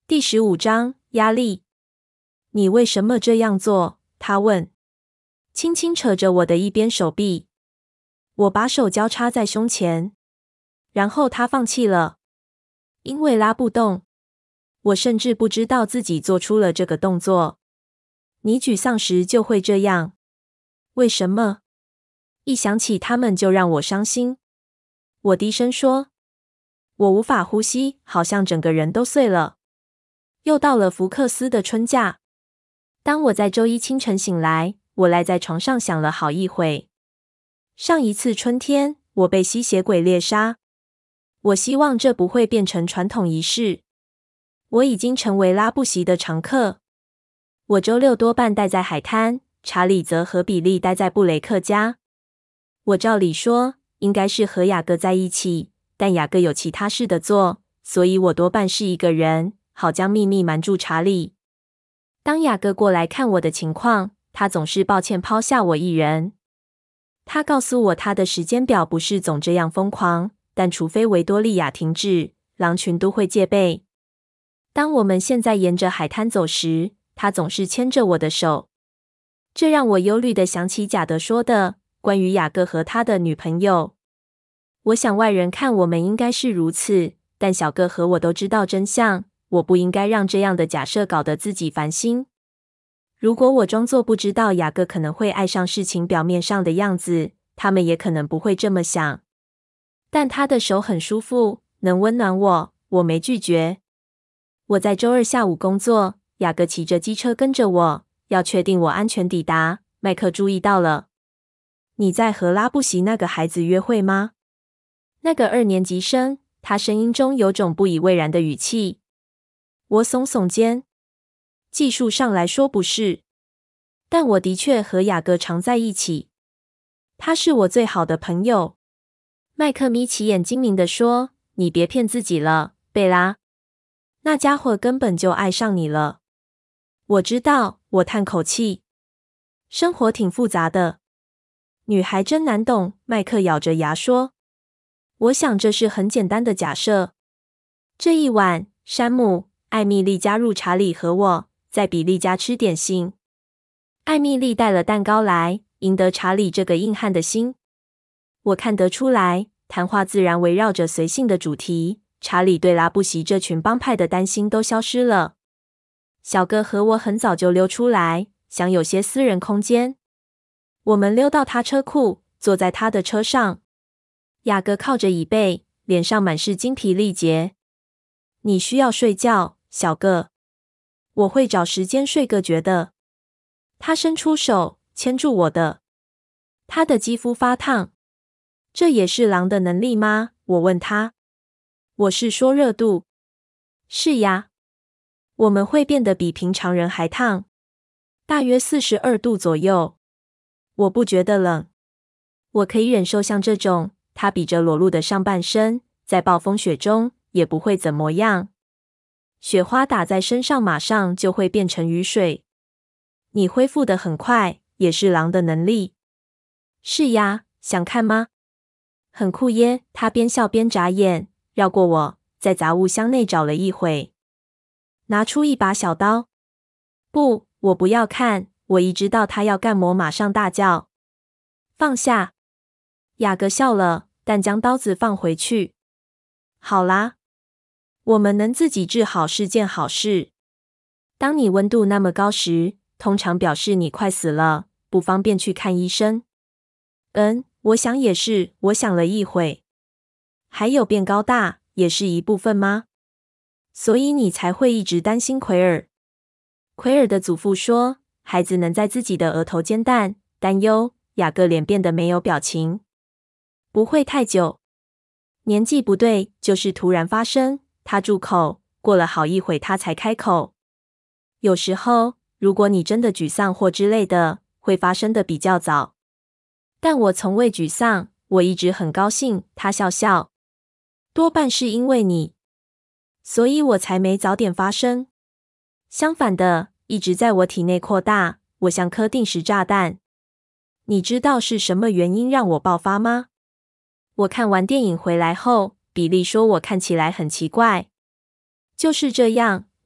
第15章压力。你为什么这样做？他问，轻轻扯着我的一边手臂。我把手交叉在胸前，然后他放弃了，因为拉不动。我甚至不知道自己做出了这个动作。你沮丧时就会这样。为什么？一想起他们就让我伤心。我低声说，我无法呼吸，好像整个人都碎了。又到了福克斯的春假。当我在周一清晨醒来，我赖在床上想了好一会。上一次春天，我被吸血鬼猎杀。我希望这不会变成传统仪式。我已经成为拉布席的常客。我周六多半待在海滩，查理则和比利待在布雷克家。我照理说，应该是和雅各在一起，但雅各有其他事的做，所以我多半是一个人，好将秘密瞒住查理。当雅各过来看我的情况，他总是抱歉抛下我一人。他告诉我他的时间表不是总这样疯狂，但除非维多利亚停止，狼群都会戒备。当我们现在沿着海滩走时，他总是牵着我的手。这让我忧虑地想起贾德说的关于雅各和他的女朋友。我想外人看我们应该是如此，但小个和我都知道真相。我不应该让这样的假设搞得自己烦心。如果我装作不知道雅各可能会爱上事情表面上的样子，他们也可能不会这么想。但他的手很舒服，能温暖我，我没拒绝。我在周二下午工作，雅各骑着机车跟着我，要确定我安全抵达。麦克注意到了。你在和拉布席那个孩子约会吗？那个2年级生，他声音中有种不以为然的语气。我耸耸肩，技术上来说不是，但我的确和雅各常在一起。他是我最好的朋友。麦克眯起眼精明地说，你别骗自己了，贝拉。那家伙根本就爱上你了。我知道，我叹口气。生活挺复杂的。女孩真难懂，麦克咬着牙说。我想这是很简单的假设。这一晚，山姆、艾蜜莉加入查理和我，在比利家吃点心。艾蜜莉带了蛋糕来，赢得查理这个硬汉的心。我看得出来，谈话自然围绕着随性的主题。查理对拉布席这群帮派的担心都消失了。小哥和我很早就溜出来，想有些私人空间。我们溜到他车库，坐在他的车上。雅各靠着椅背，脸上满是精疲力竭。你需要睡觉，小个。我会找时间睡个觉的。他伸出手，牵住我的。他的肌肤发烫。这也是狼的能力吗？我问他。我是说热度。是呀。我们会变得比平常人还烫。大约42度左右。我不觉得冷。我可以忍受像这种，他比着裸露的上半身，在暴风雪中也不会怎么样。雪花打在身上马上就会变成雨水。你恢复得很快，也是狼的能力。是呀，想看吗？很酷耶，他边笑边眨眼，绕过我，在杂物箱内找了一会，拿出一把小刀。不，我不要看，我一知道他要干么马上大叫。放下。雅各笑了，但将刀子放回去。好啦。我们能自己治好是件好事。当你温度那么高时，通常表示你快死了，不方便去看医生。我想也是，我想了一会。还有变高大，也是一部分吗？所以你才会一直担心奎尔。奎尔的祖父说，孩子能在自己的额头煎蛋，担忧。雅各脸变得没有表情。不会太久。年纪不对，就是突然发生。他住口，过了好一会他才开口。有时候，如果你真的沮丧或之类的，会发生的比较早。但我从未沮丧，我一直很高兴。他笑笑。多半是因为你，所以我才没早点发生。相反的，一直在我体内扩大，我像颗定时炸弹。你知道是什么原因让我爆发吗？我看完电影回来后，比利说我看起来很奇怪。就是这样，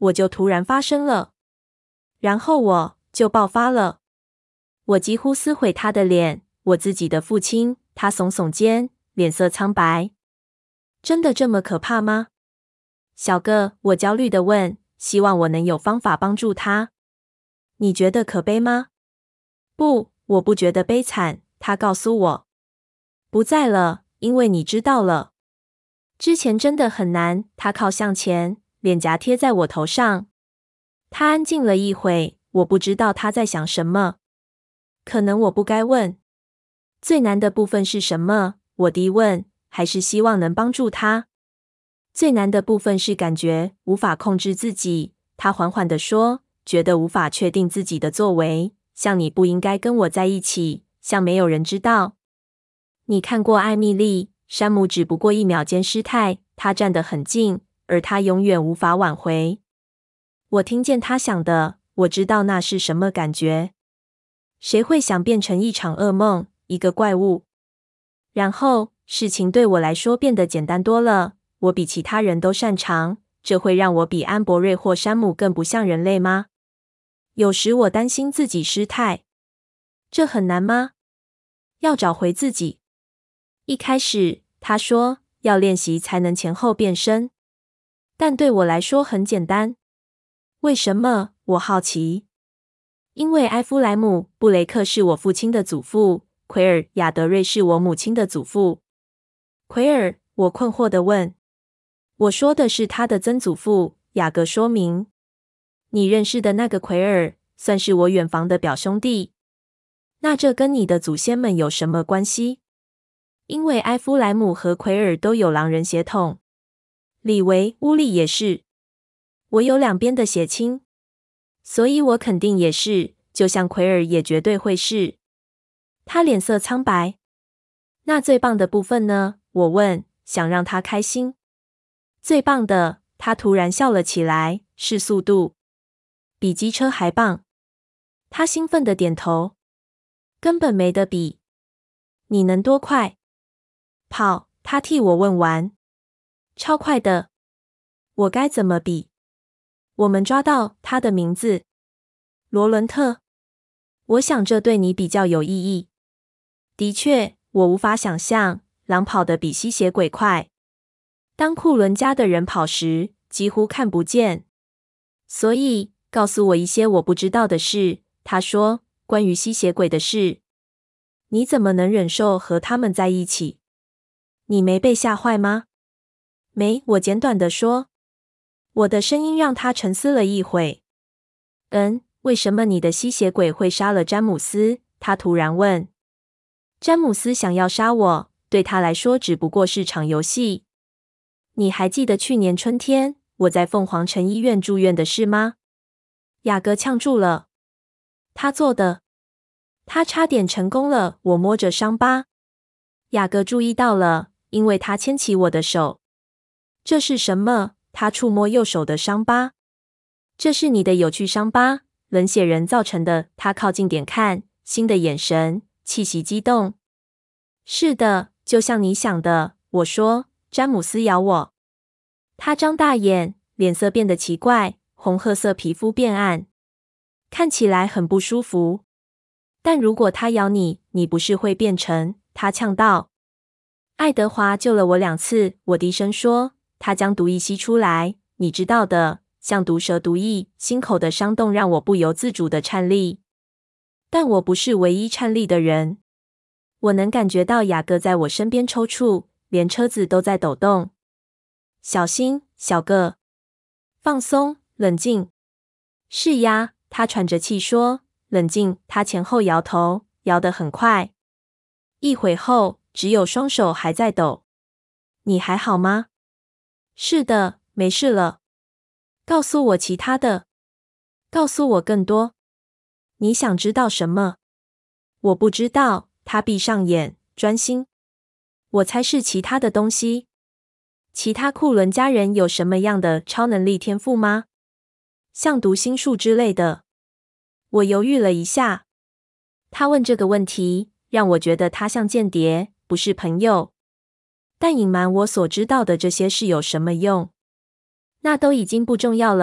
我就突然发生了，然后我就爆发了。我几乎撕毁他的脸，我自己的父亲。他耸耸肩，脸色苍白。真的这么可怕吗？小个，我焦虑地问，希望我能有方法帮助他。你觉得可悲吗？不，我不觉得悲惨，他告诉我。不在了，因为你知道了。之前真的很难。他靠向前，脸颊贴在我头上。他安静了一会，我不知道他在想什么。可能我不该问。最难的部分是什么？我低问，还是希望能帮助他？最难的部分是感觉无法控制自己。他缓缓地说，觉得无法确定自己的作为，像你不应该跟我在一起，像没有人知道。你看过艾蜜莉？山姆只不过1秒间失态，他站得很近，而他永远无法挽回。我听见他想的，我知道那是什么感觉。谁会想变成一场噩梦，一个怪物？然后事情对我来说变得简单多了。我比其他人都擅长，这会让我比安博瑞或山姆更不像人类吗？有时我担心自己失态。这很难吗？要找回自己。一开始，他说要练习才能前后变身，但对我来说很简单。为什么？我好奇。因为埃夫莱姆·布雷克是我父亲的祖父，奎尔·亚德瑞是我母亲的祖父。奎尔，我困惑地问。我说的是他的曾祖父，雅各说明。你认识的那个奎尔，算是我远房的表兄弟。那这跟你的祖先们有什么关系？因为埃夫莱姆和奎尔都有狼人血统，李维·乌利也是。我有两边的血亲，所以我肯定也是，就像奎尔也绝对会是。他脸色苍白。那最棒的部分呢？我问，想让他开心。最棒的，他突然笑了起来，是速度，比机车还棒。他兴奋地点头，根本没得比。你能多快？跑，他替我问完。超快的。我该怎么比？我们抓到他的名字，罗伦特。我想这对你比较有意义。的确，我无法想象狼跑得比吸血鬼快。当库伦家的人跑时，几乎看不见。所以，告诉我一些我不知道的事。他说，关于吸血鬼的事。你怎么能忍受和他们在一起？你没被吓坏吗？没，我简短地说。我的声音让他沉思了一会。为什么你的吸血鬼会杀了詹姆斯？他突然问。詹姆斯想要杀我，对他来说只不过是场游戏。你还记得去年春天我在凤凰城医院住院的事吗？雅各呛住了。他做的。他差点成功了。我摸着伤疤。雅各注意到了，因为他牵起我的手。这是什么？他触摸右手的伤疤。这是你的有趣伤疤，冷血人造成的。他靠近点看，新的眼神，气息激动。是的，就像你想的，我说。詹姆斯咬我。他张大眼，脸色变得奇怪，红褐色皮肤变暗，看起来很不舒服。但如果他咬你，你不是会变成……他呛道。爱德华救了我2次，我低声说。他将毒液吸出来，你知道的，像毒蛇毒液。心口的伤洞让我不由自主的颤栗。但我不是唯一颤栗的人。我能感觉到雅各在我身边抽搐，连车子都在抖动。小心，小个。放松，冷静。是呀，他喘着气说。冷静。他前后摇头，摇得很快。一会后，只有双手还在抖。你还好吗？是的，没事了。告诉我其他的。告诉我更多。你想知道什么？我不知道。他闭上眼，专心。我猜是其他的东西。其他库伦家人有什么样的超能力天赋吗？像读心术之类的。我犹豫了一下。他问这个问题，让我觉得他像间谍，不是朋友。但隐瞒我所知道的这些事有什么用？那都已经不重要了。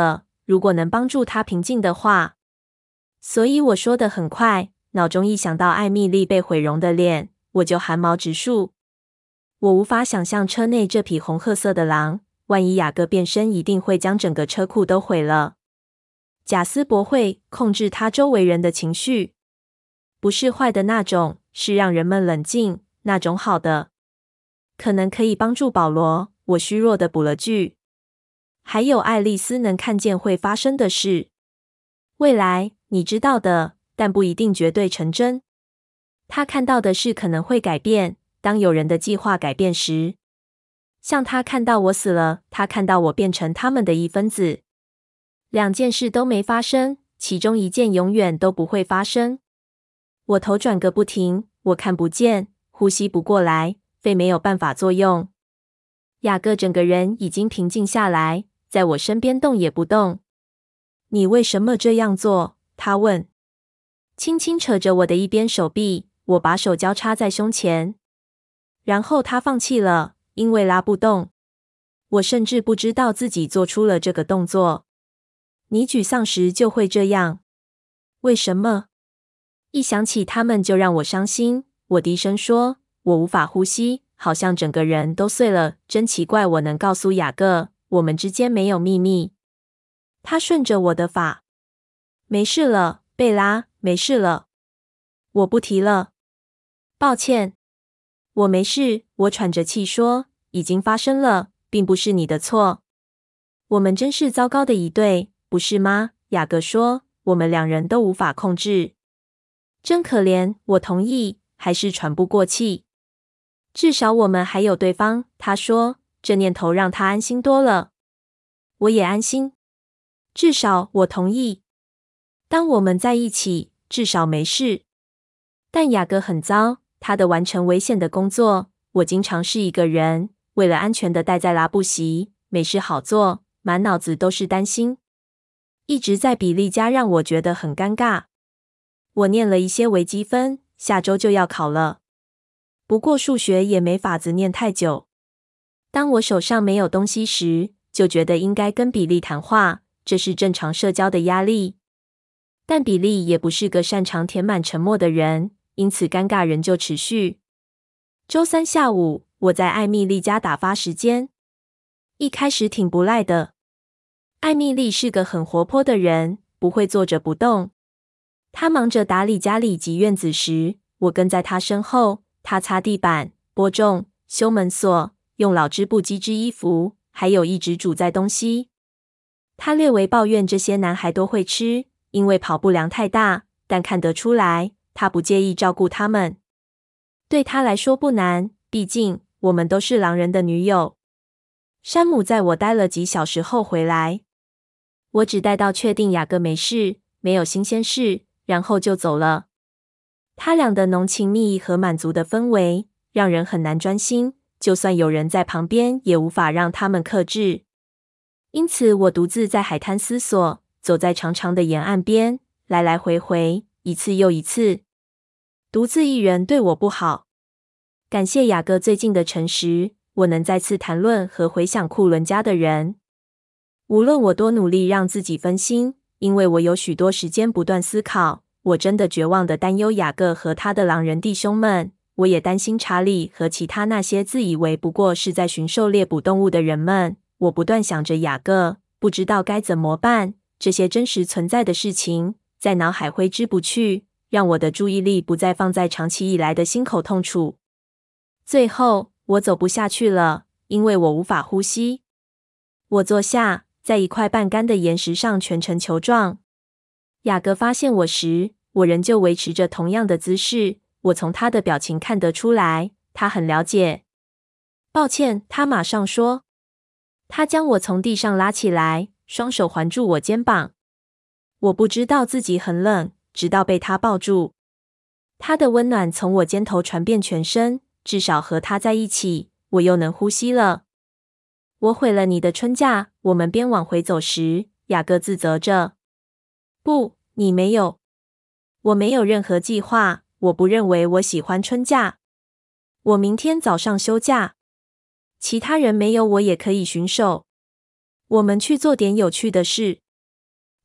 如果能帮助他平静的话。所以我说得很快，脑中一想到艾蜜莉被毁容的脸，我就寒毛直竖。我无法想象车内这匹红褐色的狼，万一雅各变身，一定会将整个车库都毁了。贾斯伯会控制他周围人的情绪，不是坏的那种，是让人们冷静那种好的。可能可以帮助保罗，我虚弱的补了句。还有爱丽丝能看见会发生的事。未来，你知道的，但不一定绝对成真。他看到的事可能会改变，当有人的计划改变时。像他看到我死了，他看到我变成他们的一分子。两件事都没发生，其中一件永远都不会发生。我头转个不停，我看不见，呼吸不过来，肺没有办法作用。雅各整个人已经平静下来，在我身边动也不动。你为什么这样做？他问。轻轻扯着我的一边手臂，我把手交叉在胸前。然后他放弃了，因为拉不动。我甚至不知道自己做出了这个动作。你沮丧时就会这样。为什么？一想起他们就让我伤心。我低声说，我无法呼吸，好像整个人都碎了。真奇怪，我能告诉雅各，我们之间没有秘密。他顺着我的发。没事了，贝拉，没事了。我不提了。抱歉。我没事，我喘着气说，已经发生了，并不是你的错。我们真是糟糕的一对，不是吗？雅各说，我们两人都无法控制。真可怜，我同意，还是喘不过气。至少我们还有对方，他说，这念头让他安心多了。我也安心。至少我同意。当我们在一起，至少没事。但雅各很糟，他的完成危险的工作，我经常是一个人，为了安全的待在拉布席，没事好做，满脑子都是担心。一直在比利家让我觉得很尴尬。我念了一些微积分，下周就要考了。不过数学也没法子念太久。当我手上没有东西时，就觉得应该跟比利谈话，这是正常社交的压力。但比利也不是个擅长填满沉默的人，因此尴尬仍旧持续。周三下午，我在艾蜜莉家打发时间。一开始挺不赖的。艾蜜莉是个很活泼的人，不会坐着不动。她忙着打理家里及院子时，我跟在她身后。她擦地板、播种、修门锁，用老织布机织衣服，还有一直煮在东西。她略微抱怨这些男孩多会吃，因为跑步量太大，但看得出来，她不介意照顾他们。对她来说不难，毕竟我们都是狼人的女友。山姆在我待了几小时后回来，我只待到确定雅各没事，没有新鲜事，然后就走了。他俩的浓情蜜意和满足的氛围，让人很难专心，就算有人在旁边，也无法让他们克制。因此，我独自在海滩思索，走在长长的沿岸边，来来回回，一次又一次。独自一人对我不好。感谢雅各最近的诚实，我能再次谈论和回想库伦家的人。无论我多努力让自己分心，因为我有许多时间不断思考，我真的绝望地担忧雅各和他的狼人弟兄们，我也担心查理和其他那些自以为不过是在寻狩猎捕动物的人们。我不断想着雅各，不知道该怎么办。这些真实存在的事情，在脑海挥之不去，让我的注意力不再放在长期以来的心口痛处。最后，我走不下去了，因为我无法呼吸。我坐下，在一块半干的岩石上蜷成球状。雅各发现我时，我仍旧维持着同样的姿势。我从他的表情看得出来，他很了解。抱歉，他马上说。他将我从地上拉起来，双手环住我肩膀。我不知道自己很冷，直到被他抱住。他的温暖从我肩头传遍全身，至少和他在一起，我又能呼吸了。我毁了你的春假，我们边往回走时，雅各自责着。不，你没有。我没有任何计划，我不认为我喜欢春假。我明天早上休假。其他人没有，我也可以巡守。我们去做点有趣的事。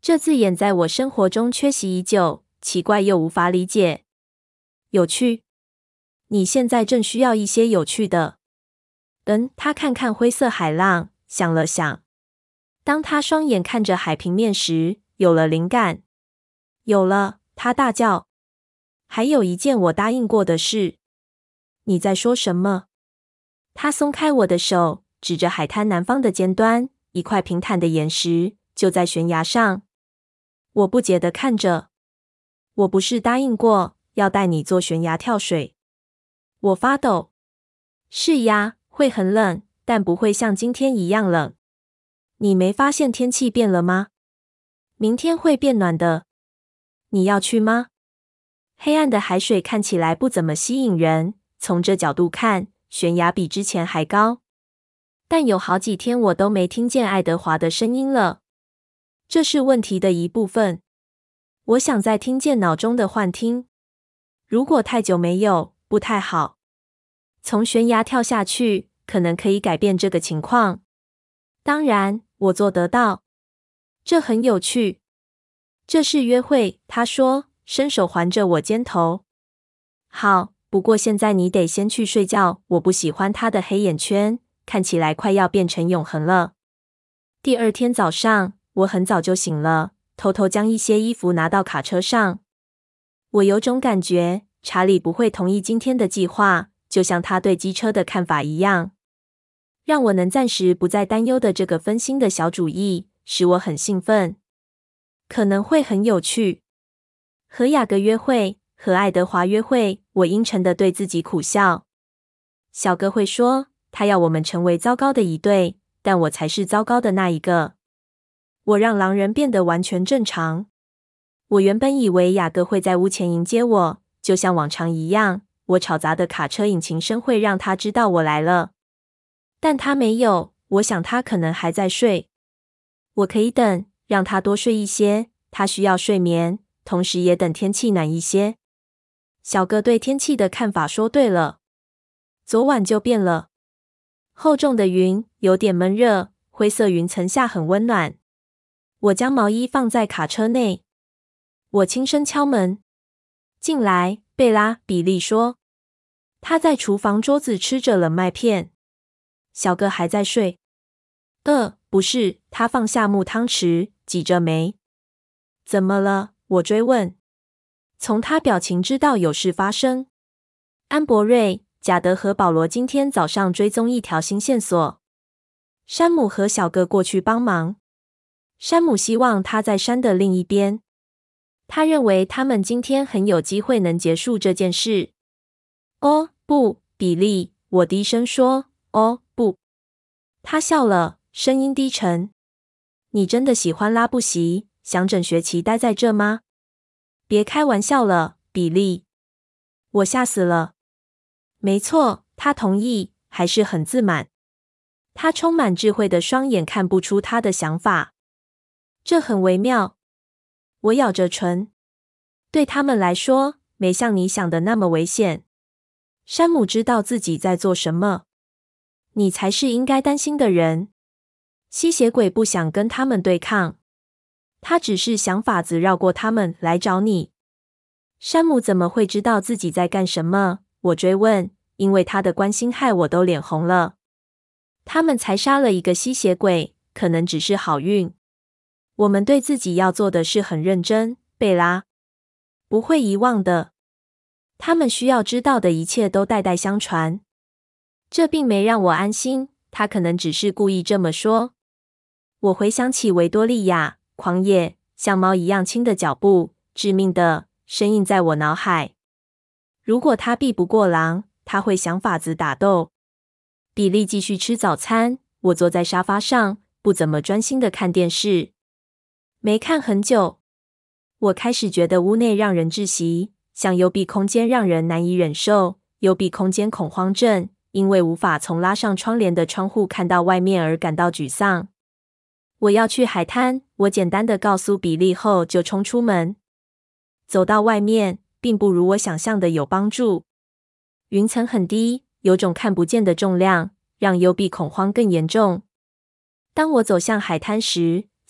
这字眼在我生活中缺席已久，奇怪又无法理解。有趣？你现在正需要一些有趣的。他看看灰色海浪，想了想。当他双眼看着海平面时，有了灵感。有了，他大叫。还有一件我答应过的事。你在说什么？他松开我的手，指着海滩南方的尖端，一块平坦的岩石，就在悬崖上。我不解地看着。我不是答应过要带你做悬崖跳水？我发抖。是呀，会很冷，但不会像今天一样冷。你没发现天气变了吗？明天会变暖的。你要去吗？黑暗的海水看起来不怎么吸引人，从这角度看，悬崖比之前还高。但有好几天我都没听见爱德华的声音了。这是问题的一部分。我想再听见脑中的幻听。如果太久没有，不太好。从悬崖跳下去，可能可以改变这个情况。当然，我做得到。这很有趣。这是约会，他说，伸手环着我肩头。好，不过现在你得先去睡觉。我不喜欢他的黑眼圈，看起来快要变成永恒了。第二天早上，我很早就醒了，偷偷将一些衣服拿到卡车上。我有种感觉，查理不会同意今天的计划，就像他对机车的看法一样。让我能暂时不再担忧的这个分心的小主意，使我很兴奋。可能会很有趣。和雅各约会，和爱德华约会，我阴沉地对自己苦笑。小哥会说，他要我们成为糟糕的一对，但我才是糟糕的那一个。我让狼人变得完全正常。我原本以为雅各会在屋前迎接我，就像往常一样，我吵杂的卡车引擎声会让他知道我来了。但他没有，我想他可能还在睡。我可以等，让他多睡一些，他需要睡眠，同时也等天气暖一些。小哥对天气的看法说对了。昨晚就变了。厚重的云，有点闷热，灰色云层下很温暖。我将毛衣放在卡车内。我轻声敲门。进来，贝拉，比利说。他在厨房桌子吃着冷麦片。小哥还在睡。不是，他放下木汤匙，挤着眉。怎么了？我追问。从他表情知道有事发生。安博瑞、贾德和保罗今天早上追踪一条新线索。山姆和小哥过去帮忙。山姆希望他在山的另一边。他认为他们今天很有机会能结束这件事。哦，不，比利，我低声说。哦，不。他笑了，声音低沉。你真的喜欢拉布席，想整学期待在这吗？别开玩笑了，比利。我吓死了。没错，他同意，还是很自满。他充满智慧的双眼看不出他的想法。这很微妙。我咬着唇。对他们来说，没像你想的那么危险。山姆知道自己在做什么。你才是应该担心的人。吸血鬼不想跟他们对抗，他只是想法子绕过他们来找你。山姆怎么会知道自己在干什么？我追问，因为他的关心害我都脸红了。他们才杀了一个吸血鬼，可能只是好运。我们对自己要做的事很认真，贝拉。不会遗忘的。他们需要知道的一切都代代相传。这并没让我安心，他可能只是故意这么说。我回想起维多利亚，狂野，像猫一样轻的脚步，致命的，深印在我脑海。如果他避不过狼，他会想法子打斗。比利继续吃早餐，我坐在沙发上，不怎么专心的看电视。没看很久。我开始觉得屋内让人窒息，像幽闭空间让人难以忍受，幽闭空间恐慌症，因为无法从拉上窗帘的窗户看到外面而感到沮丧。我要去海滩，我简单的告诉比利后就冲出门。走到外面，并不如我想象的有帮助。云层很低，有种看不见的重量，让幽闭恐慌更严重。当我走向海滩时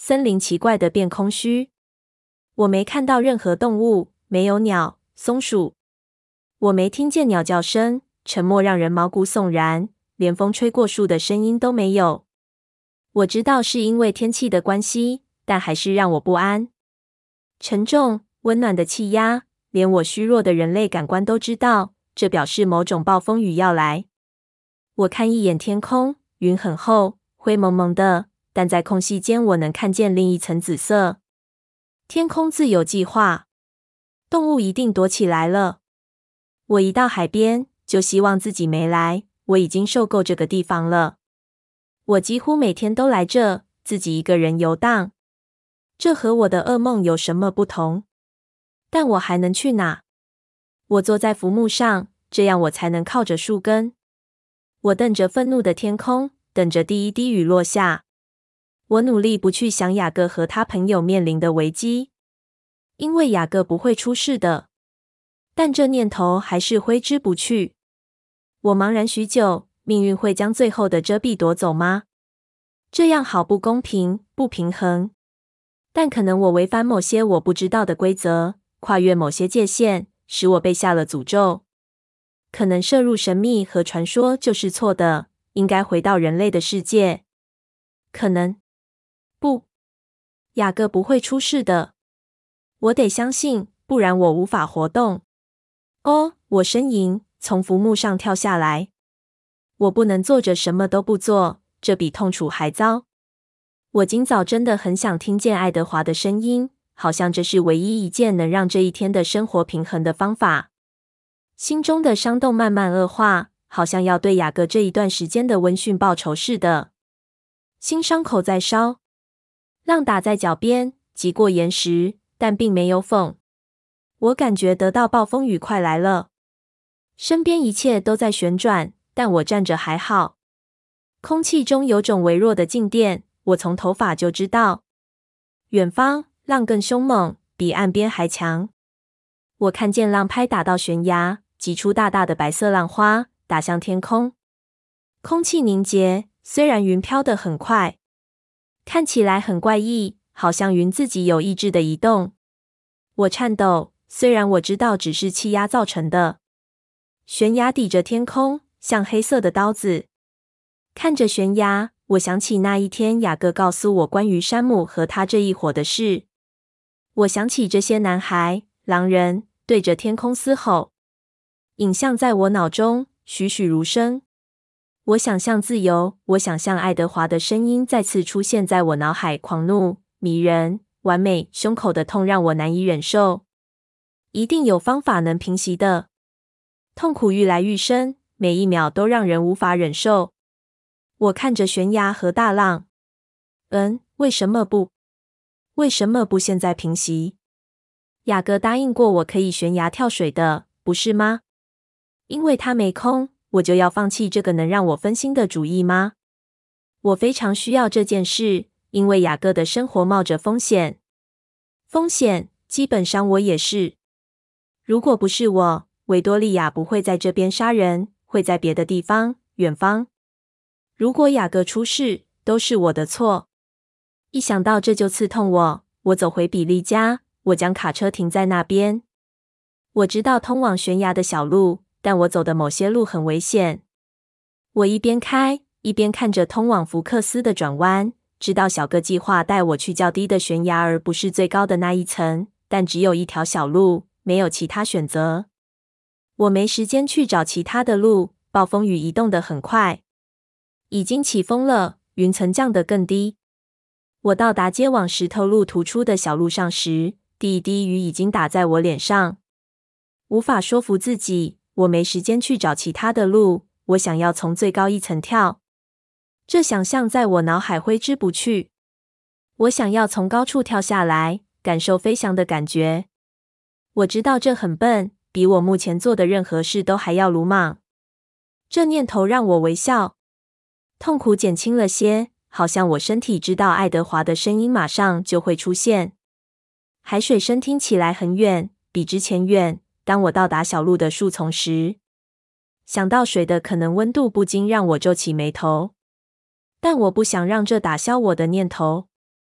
森林奇怪的变空虚。我没看到任何动物，没有鸟、松鼠。我没听见鸟叫声，沉默让人毛骨悚然，连风吹过树的声音都没有。我知道是因为天气的关系，但还是让我不安。沉重、温暖的气压，连我虚弱的人类感官都知道，这表示某种暴风雨要来。我看一眼天空，云很厚，灰蒙蒙的，但在空隙间我能看见另一层紫色。天空自有计划，动物一定躲起来了。我一到海边，就希望自己没来，我已经受够这个地方了。我几乎每天都来这，自己一个人游荡。这和我的噩梦有什么不同？但我还能去哪？我坐在浮木上，这样我才能靠着树根。我瞪着愤怒的天空，等着第一滴雨落下。我努力不去想雅各和他朋友面临的危机，因为雅各不会出事的。但这念头还是挥之不去。我茫然许久，命运会将最后的遮蔽夺走吗？这样好不公平，不平衡。但可能我违反某些我不知道的规则，跨越某些界限，使我被下了诅咒。可能涉入神秘和传说就是错的，应该回到人类的世界。可能不，雅各不会出事的。我得相信，不然我无法活动。哦，我呻吟，从浮木上跳下来。我不能坐着什么都不做，这比痛楚还糟。我今早真的很想听见爱德华的声音，好像这是唯一一件能让这一天的生活平衡的方法。心中的伤痛慢慢恶化，好像要对雅各这一段时间的温驯报仇似的。新伤口在烧，浪打在脚边，击过岩石，但并没有缝。我感觉得到暴风雨快来了。身边一切都在旋转，但我站着还好。空气中有种微弱的静电，我从头发就知道。远方，浪更凶猛，比岸边还强。我看见浪拍打到悬崖，击出大大的白色浪花，打向天空。空气凝结，虽然云飘得很快，看起来很怪异，好像云自己有意志的移动。我颤抖，虽然我知道只是气压造成的。悬崖抵着天空，像黑色的刀子。看着悬崖，我想起那一天雅各告诉我关于山姆和他这一伙的事。我想起这些男孩、狼人对着天空嘶吼，影像在我脑中栩栩如生。我想象自由，我想象爱德华的声音再次出现在我脑海，狂怒、迷人、完美，胸口的痛让我难以忍受。一定有方法能平息的。痛苦愈来愈深，每一秒都让人无法忍受。我看着悬崖和大浪。为什么不？为什么不现在平息？雅各答应过我可以悬崖跳水的，不是吗？因为他没空，我就要放弃这个能让我分心的主意吗？我非常需要这件事，因为雅各的生活冒着风险。风险，基本上我也是。如果不是我，维多利亚不会在这边杀人，会在别的地方，远方。如果雅各出事，都是我的错。一想到这就刺痛我。我走回比利家，我将卡车停在那边。我知道通往悬崖的小路，但我走的某些路很危险。我一边开，一边看着通往福克斯的转弯，知道小个计划带我去较低的悬崖，而不是最高的那一层，但只有一条小路，没有其他选择。我没时间去找其他的路，暴风雨移动得很快。已经起风了，云层降得更低。我到达接往石头路突出的小路上时，第一滴雨已经打在我脸上。无法说服自己，我没时间去找其他的路，我想要从最高一层跳。这想象在我脑海挥之不去。我想要从高处跳下来，感受飞翔的感觉。我知道这很笨，比我目前做的任何事都还要鲁莽。这念头让我微笑，痛苦减轻了些，好像我身体知道爱德华的声音马上就会出现。海水声听起来很远，比之前远。当我到达小路的树丛时，想到水的可能温度，不禁让我皱起眉头。但我不想让这打消我的念头。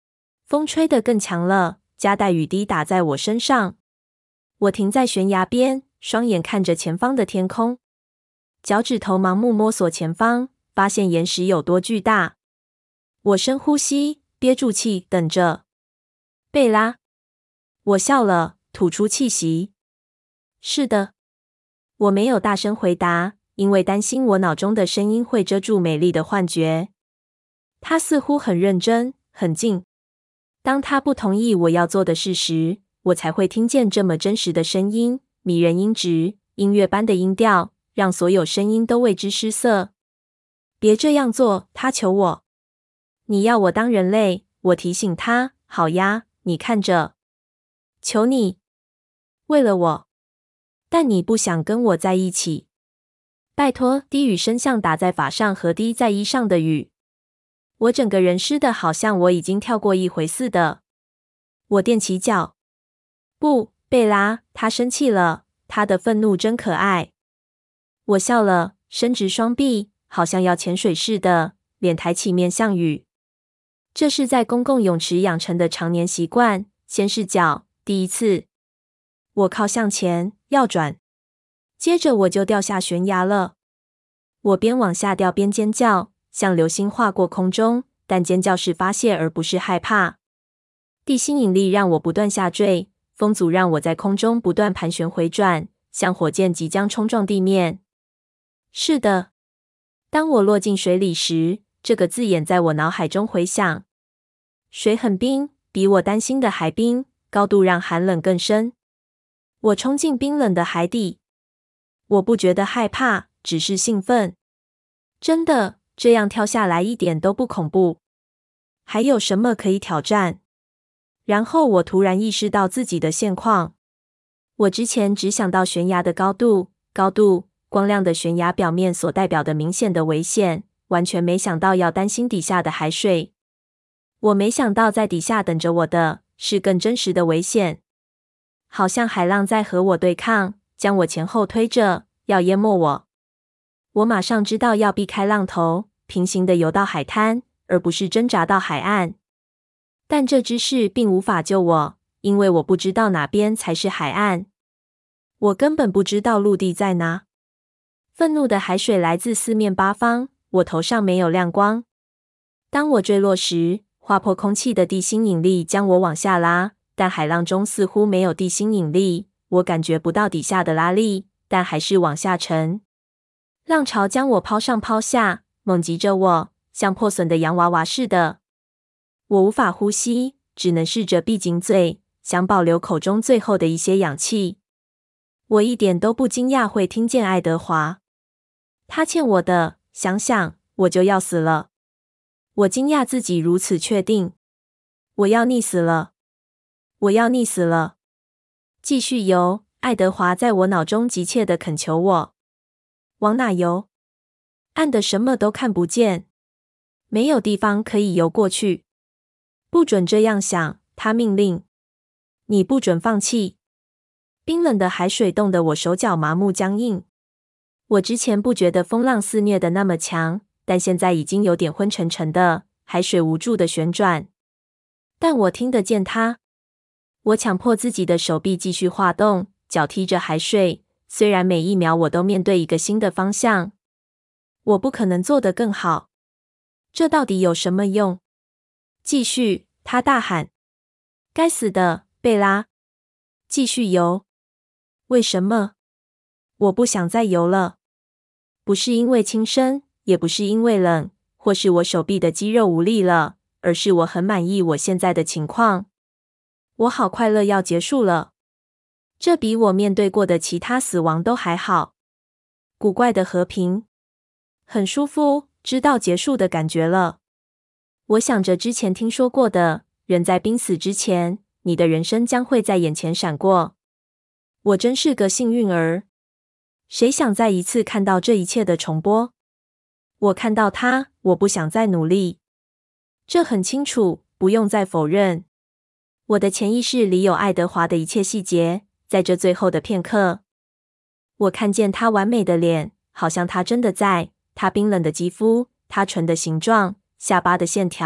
风吹得更强了，夹带雨滴打在我身上。我停在悬崖边，双眼看着前方的天空，脚趾头盲目摸索前方，发现岩石有多巨大。我深呼吸，憋住气，等着。贝拉，我笑了，吐出气息。是的。我没有大声回答，因为担心我脑中的声音会遮住美丽的幻觉。他似乎很认真，很近。当他不同意我要做的事时，我才会听见这么真实的声音，迷人音质，音乐般的音调，让所有声音都为之失色。别这样做，他求我。你要我当人类，我提醒他。好呀，你看着。求你。为了我。但你不想跟我在一起。拜托，滴雨声像打在法上和滴在衣上的雨。我整个人湿的好像我已经跳过一回似的。我踮起脚。不，贝拉，他生气了，他的愤怒真可爱。我笑了，伸直双臂，好像要潜水似的，脸抬起面向雨。这是在公共泳池养成的常年习惯，先是脚，第一次。我靠向前，要转，接着我就掉下悬崖了。我边往下掉边尖叫，像流星划过空中，但尖叫是发泄而不是害怕。地心引力让我不断下坠，风阻让我在空中不断盘旋回转，像火箭即将冲撞地面。是的，当我落进水里时，这个字眼在我脑海中回响。水很冰，比我担心的还冰，高度让寒冷更深。我冲进冰冷的海底，我不觉得害怕，只是兴奋。真的，这样跳下来一点都不恐怖。还有什么可以挑战？然后我突然意识到自己的现况。我之前只想到悬崖的高度，光亮的悬崖表面所代表的明显的危险，完全没想到要担心底下的海水。我没想到在底下等着我的是更真实的危险。好像海浪在和我对抗，将我前后推着，要淹没我。我马上知道要避开浪头，平行地游到海滩，而不是挣扎到海岸。但这姿势并无法救我，因为我不知道哪边才是海岸。我根本不知道陆地在哪。愤怒的海水来自四面八方，我头上没有亮光。当我坠落时，划破空气的地心引力将我往下拉。但海浪中似乎没有地心引力，我感觉不到底下的拉力，但还是往下沉。浪潮将我抛上抛下，猛击着我，像破损的洋娃娃似的。我无法呼吸，只能试着闭紧嘴，想保留口中最后的一些氧气。我一点都不惊讶会听见爱德华。他欠我的，想想我就要死了。我惊讶自己如此确定。我要溺死了。我要溺死了！继续游，爱德华在我脑中急切地恳求我。往哪游？暗的什么都看不见，没有地方可以游过去。不准这样想，他命令。你不准放弃。冰冷的海水冻得我手脚麻木僵硬。我之前不觉得风浪肆虐的那么强，但现在已经有点昏沉沉的，海水无助的旋转。但我听得见它。我强迫自己的手臂继续滑动，脚踢着海水，虽然每一秒我都面对一个新的方向。我不可能做得更好。这到底有什么用？继续，他大喊。该死的，贝拉！继续游。为什么？我不想再游了。不是因为轻生，也不是因为冷，或是我手臂的肌肉无力了，而是我很满意我现在的情况。我好快乐要结束了，这比我面对过的其他死亡都还好。古怪的和平，很舒服，知道结束的感觉了。我想着之前听说过的，人在濒死之前，你的人生将会在眼前闪过。我真是个幸运儿。谁想再一次看到这一切的重播？我看到他，我不想再努力。这很清楚，不用再否认。我的潜意识里有爱德华的一切细节，在这最后的片刻，我看见他完美的脸，好像他真的在，他冰冷的肌肤，他唇的形状，下巴的线条，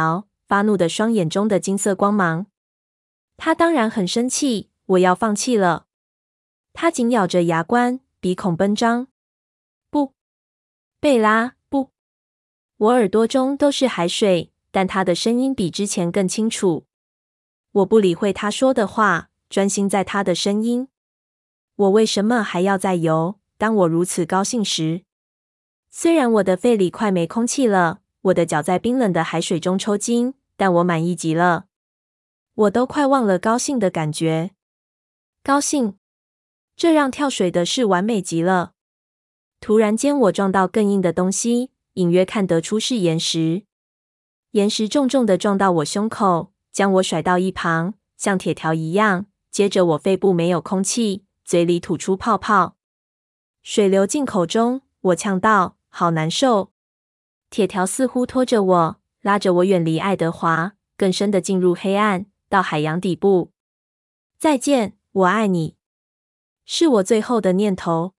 发怒的双眼中的金色光芒。他当然很生气，我要放弃了。他紧咬着牙关，鼻孔奔张。不，贝拉，不！我耳朵中都是海水，但他的声音比之前更清楚。我不理会他说的话，专心在他的声音。我为什么还要再游？当我如此高兴时，虽然我的肺里快没空气了，我的脚在冰冷的海水中抽筋，但我满意极了。我都快忘了高兴的感觉。高兴，这让跳水的事完美极了。突然间，我撞到更硬的东西，隐约看得出是岩石。岩石重重地撞到我胸口，将我甩到一旁，像铁条一样。接着我肺部没有空气，嘴里吐出泡泡，水流进口中。我呛道：“好难受！”铁条似乎拖着我，拉着我远离爱德华，更深地进入黑暗，到海洋底部。再见，我爱你，是我最后的念头。